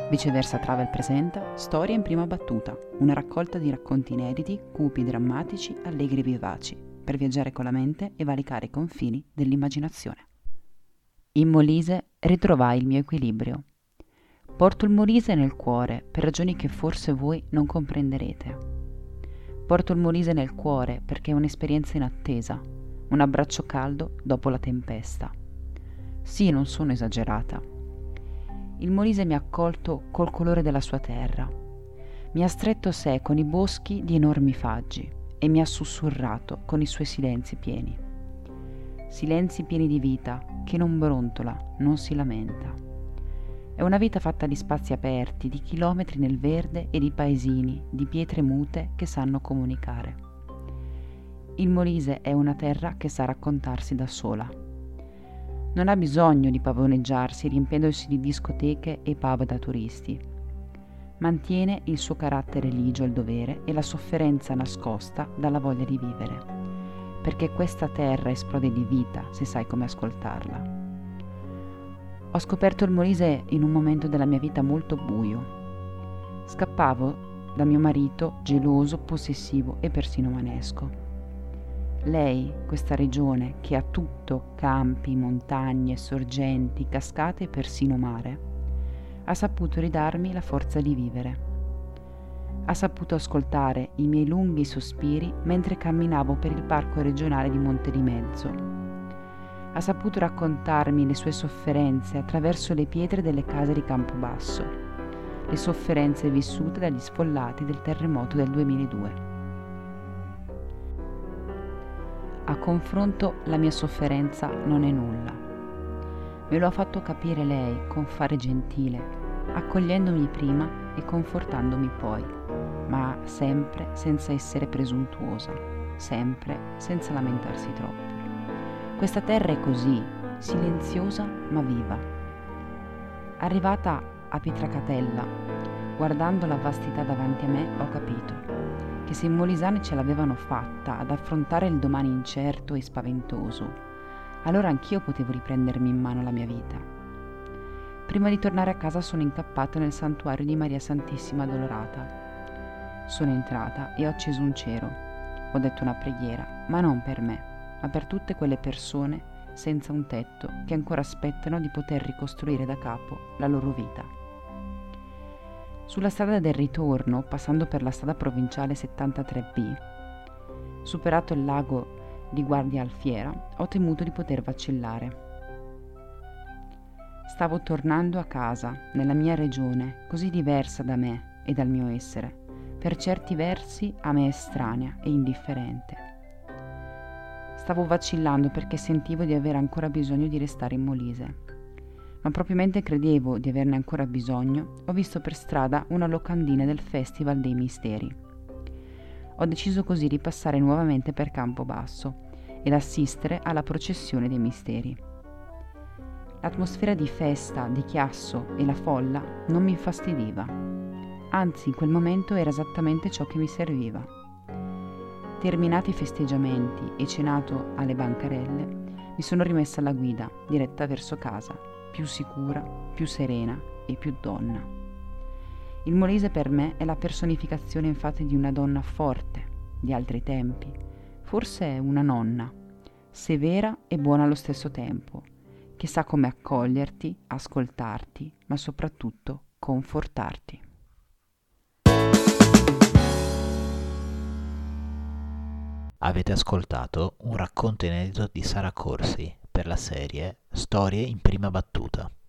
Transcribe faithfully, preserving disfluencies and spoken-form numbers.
Viceversa Travel presenta Storia in prima battuta, una raccolta di racconti inediti, cupi, drammatici, allegri e vivaci, per viaggiare con la mente e valicare i confini dell'immaginazione. In Molise ritrovai il mio equilibrio. Porto il Molise nel cuore per ragioni che forse voi non comprenderete. Porto il Molise nel cuore perché è un'esperienza inattesa, un abbraccio caldo dopo la tempesta. Sì, non sono esagerata. Il Molise mi ha accolto col colore della sua terra, mi ha stretto a sé con i boschi di enormi faggi e mi ha sussurrato con i suoi silenzi pieni. Silenzi pieni di vita che non brontola, non si lamenta. È una vita fatta di spazi aperti, di chilometri nel verde e di paesini, di pietre mute che sanno comunicare. Il Molise è una terra che sa raccontarsi da sola. Non ha bisogno di pavoneggiarsi riempiendosi di discoteche e pub da turisti. Mantiene il suo carattere ligio al dovere e la sofferenza nascosta dalla voglia di vivere, perché questa terra esplode di vita se sai come ascoltarla. Ho scoperto il Molise in un momento della mia vita molto buio. Scappavo da mio marito geloso, possessivo e persino manesco. Lei, questa regione che ha tutto, campi, montagne, sorgenti, cascate e persino mare, ha saputo ridarmi la forza di vivere. Ha saputo ascoltare i miei lunghi sospiri mentre camminavo per il parco regionale di Monte di Mezzo. Ha saputo raccontarmi le sue sofferenze attraverso le pietre delle case di Campobasso, le sofferenze vissute dagli sfollati del terremoto del duemiladue. A confronto la mia sofferenza non è nulla. Me lo ha fatto capire lei con fare gentile, accogliendomi prima e confortandomi poi, ma sempre senza essere presuntuosa, sempre senza lamentarsi troppo. Questa terra è così, silenziosa ma viva. Arrivata a Pietracatella, guardando la vastità davanti a me, ho capito che se i molisani ce l'avevano fatta ad affrontare il domani incerto e spaventoso, allora anch'io potevo riprendermi in mano la mia vita. Prima di tornare a casa sono incappato nel santuario di Maria Santissima Addolorata. Sono entrata e ho acceso un cero. Ho detto una preghiera, ma non per me, ma per tutte quelle persone senza un tetto che ancora aspettano di poter ricostruire da capo la loro vita. Sulla strada del ritorno, passando per la strada provinciale settantatré B, superato il lago di Guardia Alfiera, ho temuto di poter vacillare. Stavo tornando a casa, nella mia regione, così diversa da me e dal mio essere, per certi versi a me estranea e indifferente. Stavo vacillando perché sentivo di avere ancora bisogno di restare in Molise. Ma proprio mentre credevo di averne ancora bisogno, ho visto per strada una locandina del Festival dei Misteri. Ho deciso così di passare nuovamente per Campobasso ed assistere alla processione dei misteri. L'atmosfera di festa, di chiasso e la folla non mi infastidiva. Anzi, in quel momento era esattamente ciò che mi serviva. Terminati i festeggiamenti e cenato alle bancarelle, mi sono rimessa alla guida, diretta verso casa, più sicura, più serena e più donna. Il Molise per me è la personificazione infatti di una donna forte, di altri tempi, forse una nonna, severa e buona allo stesso tempo, che sa come accoglierti, ascoltarti, ma soprattutto confortarti. Avete ascoltato un racconto inedito di Sara Corsi per la serie Storie in prima battuta.